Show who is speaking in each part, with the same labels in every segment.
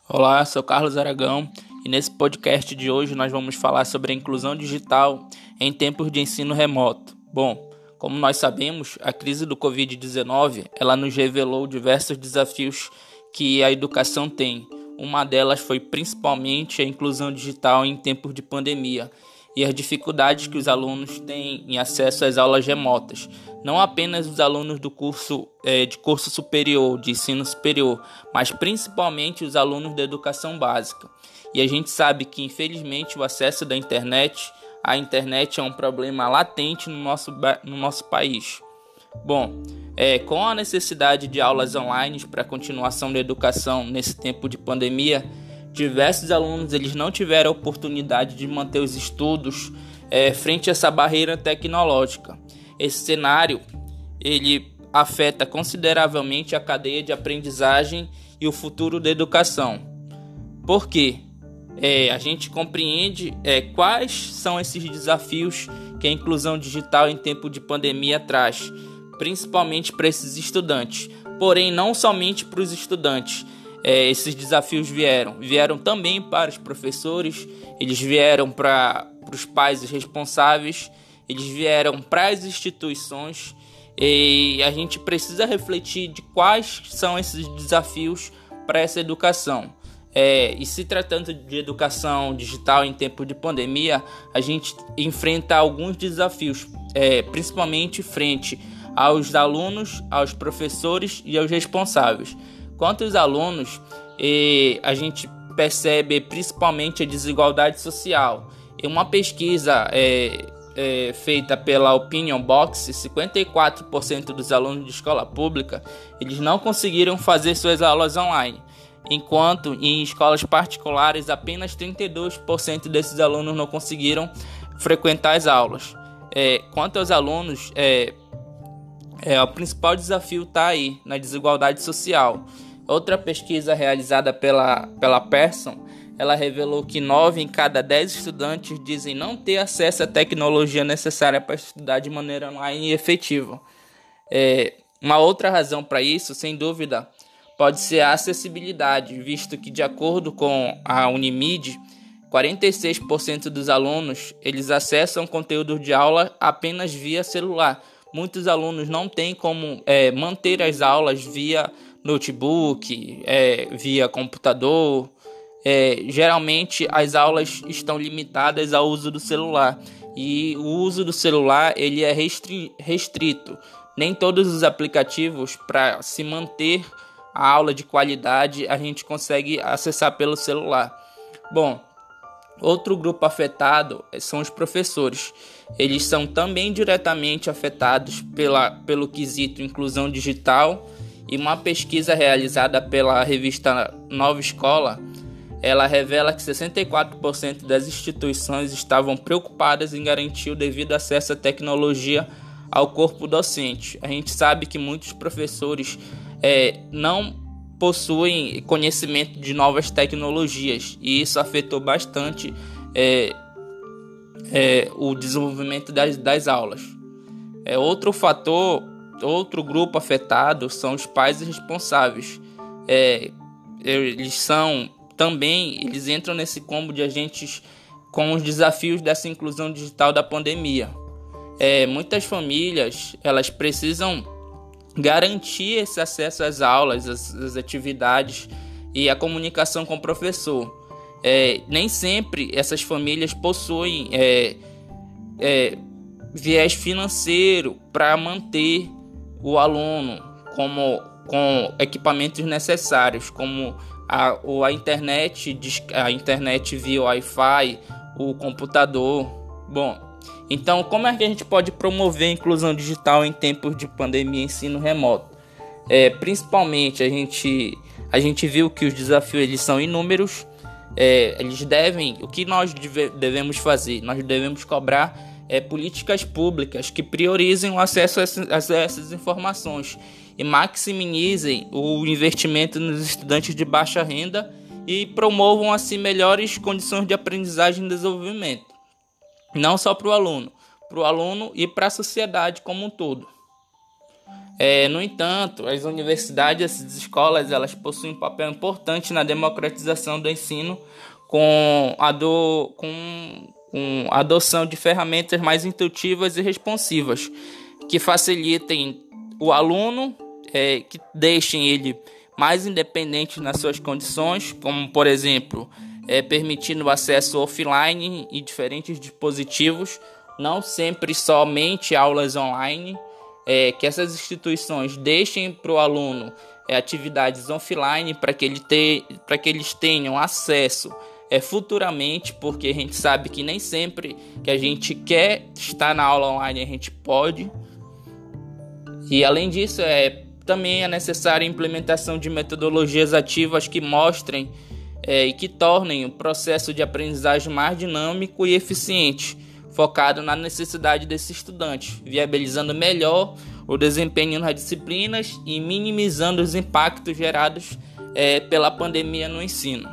Speaker 1: Olá, sou Carlos Aragão e nesse podcast de hoje nós vamos falar sobre a inclusão digital em tempos de ensino remoto. Bom, como nós sabemos, a crise do Covid-19 ela nos revelou diversos desafios que a educação tem. Uma delas foi principalmente a inclusão digital em tempos de pandemia e as dificuldades que os alunos têm em acesso às aulas remotas. Não apenas os alunos do curso de curso superior, de ensino superior, mas principalmente os alunos da educação básica. E a gente sabe que, infelizmente, o acesso à internet é um problema latente no nosso país. Bom, com a necessidade de aulas online para a continuação da educação nesse tempo de pandemia, diversos alunos eles não tiveram a oportunidade de manter os estudos frente a essa barreira tecnológica. Esse cenário ele afeta consideravelmente a cadeia de aprendizagem e o futuro da educação. Por quê? A gente compreende quais são esses desafios que a inclusão digital em tempo de pandemia traz, principalmente para esses estudantes. Porém, não somente para os estudantes. Esses desafios vieram também para os professores, eles vieram para os pais responsáveis, eles vieram para as instituições, e a gente precisa refletir de quais são esses desafios para essa educação. E se tratando de educação digital em tempo de pandemia, a gente enfrenta alguns desafios, principalmente frente aos alunos, aos professores e aos responsáveis. Quanto aos alunos, a gente percebe principalmente a desigualdade social. Em uma pesquisa feita pela Opinion Box, 54% dos alunos de escola pública eles não conseguiram fazer suas aulas online, enquanto em escolas particulares apenas 32% desses alunos não conseguiram frequentar as aulas. Quanto aos alunos, o principal desafio está aí na desigualdade social. Outra pesquisa realizada pela Pearson, ela revelou que 9 em cada 10 estudantes dizem não ter acesso à tecnologia necessária para estudar de maneira online e efetiva. Uma outra razão para isso, sem dúvida, pode ser a acessibilidade, visto que, de acordo com a Unimid, 46% dos alunos eles acessam conteúdo de aula apenas via celular. Muitos alunos não têm como manter as aulas via notebook, via computador. Geralmente as aulas estão limitadas ao uso do celular e o uso do celular ele é restrito. Nem todos os aplicativos para se manter a aula de qualidade a gente consegue acessar pelo celular. Bom, outro grupo afetado são os professores. Eles são também diretamente afetados pelo quesito inclusão digital, e uma pesquisa realizada pela revista Nova Escola, ela revela que 64% das instituições estavam preocupadas em garantir o devido acesso à tecnologia ao corpo docente. A gente sabe que muitos professores não possuem conhecimento de novas tecnologias e isso afetou bastante o desenvolvimento das aulas. Outro grupo afetado são os pais responsáveis. Eles entram nesse combo de agentes com os desafios dessa inclusão digital da pandemia. Muitas famílias elas precisam garantir esse acesso às aulas, às atividades e a comunicação com o professor. Nem sempre essas famílias possuem viés financeiro para manter o aluno com equipamentos necessários, como a internet via Wi-Fi, o computador. Bom, então como é que a gente pode promover a inclusão digital em tempos de pandemia e ensino remoto? Principalmente a gente viu que os desafios eles são inúmeros. O que nós devemos fazer? Nós devemos cobrar políticas públicas que priorizem o acesso a essas informações e maximizem o investimento nos estudantes de baixa renda e promovam assim melhores condições de aprendizagem e desenvolvimento, não só para o aluno e para a sociedade como um todo. No entanto, as universidades e as escolas elas possuem um papel importante na democratização do ensino com a adoção de ferramentas mais intuitivas e responsivas que facilitem o aluno, que deixem ele mais independente nas suas condições, como por exemplo, permitindo o acesso offline e diferentes dispositivos, não sempre somente aulas online, que essas instituições deixem para o aluno atividades offline para que eles tenham acesso futuramente, porque a gente sabe que nem sempre que a gente quer estar na aula online a gente pode. E além disso, também é necessária a implementação de metodologias ativas que mostrem e que tornem o processo de aprendizagem mais dinâmico e eficiente, focado na necessidade desse estudante, viabilizando melhor o desempenho nas disciplinas e minimizando os impactos gerados pela pandemia no ensino.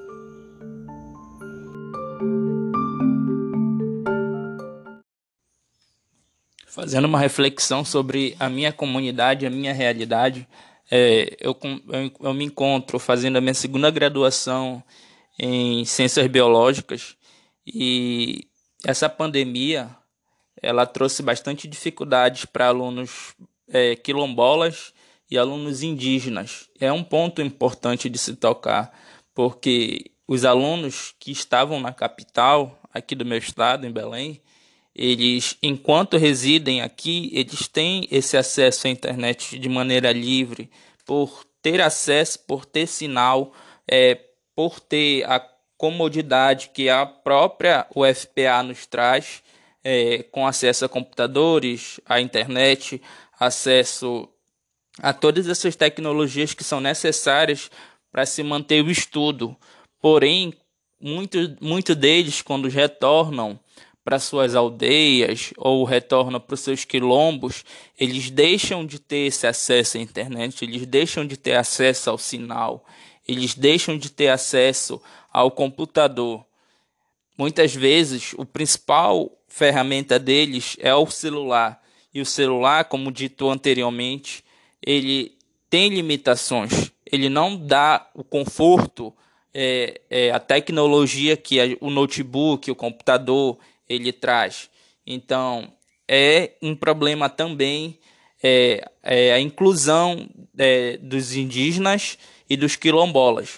Speaker 1: Fazendo uma reflexão sobre a minha comunidade, a minha realidade, eu me encontro fazendo a minha segunda graduação em Ciências Biológicas e essa pandemia ela trouxe bastante dificuldades para alunos quilombolas e alunos indígenas. É um ponto importante de se tocar, porque os alunos que estavam na capital, aqui do meu estado, em Belém, eles, enquanto residem aqui, eles têm esse acesso à internet de maneira livre, por ter acesso, por ter sinal, por ter a comodidade que a própria UFPA nos traz, com acesso a computadores, à internet, acesso a todas essas tecnologias que são necessárias para se manter o estudo. Porém, muitos deles, quando retornam para suas aldeias ou retornam para os seus quilombos, eles deixam de ter esse acesso à internet, eles deixam de ter acesso ao sinal, eles deixam de ter acesso ao computador. Muitas vezes, o principal ferramenta deles é o celular. E o celular, como dito anteriormente, ele tem limitações. Ele não dá o conforto, a tecnologia que o notebook, o computador, ele traz. Então, é um problema também a inclusão dos indígenas e dos quilombolas.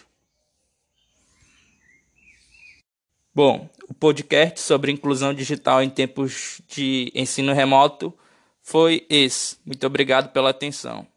Speaker 1: Bom, o podcast sobre inclusão digital em tempos de ensino remoto foi esse. Muito obrigado pela atenção.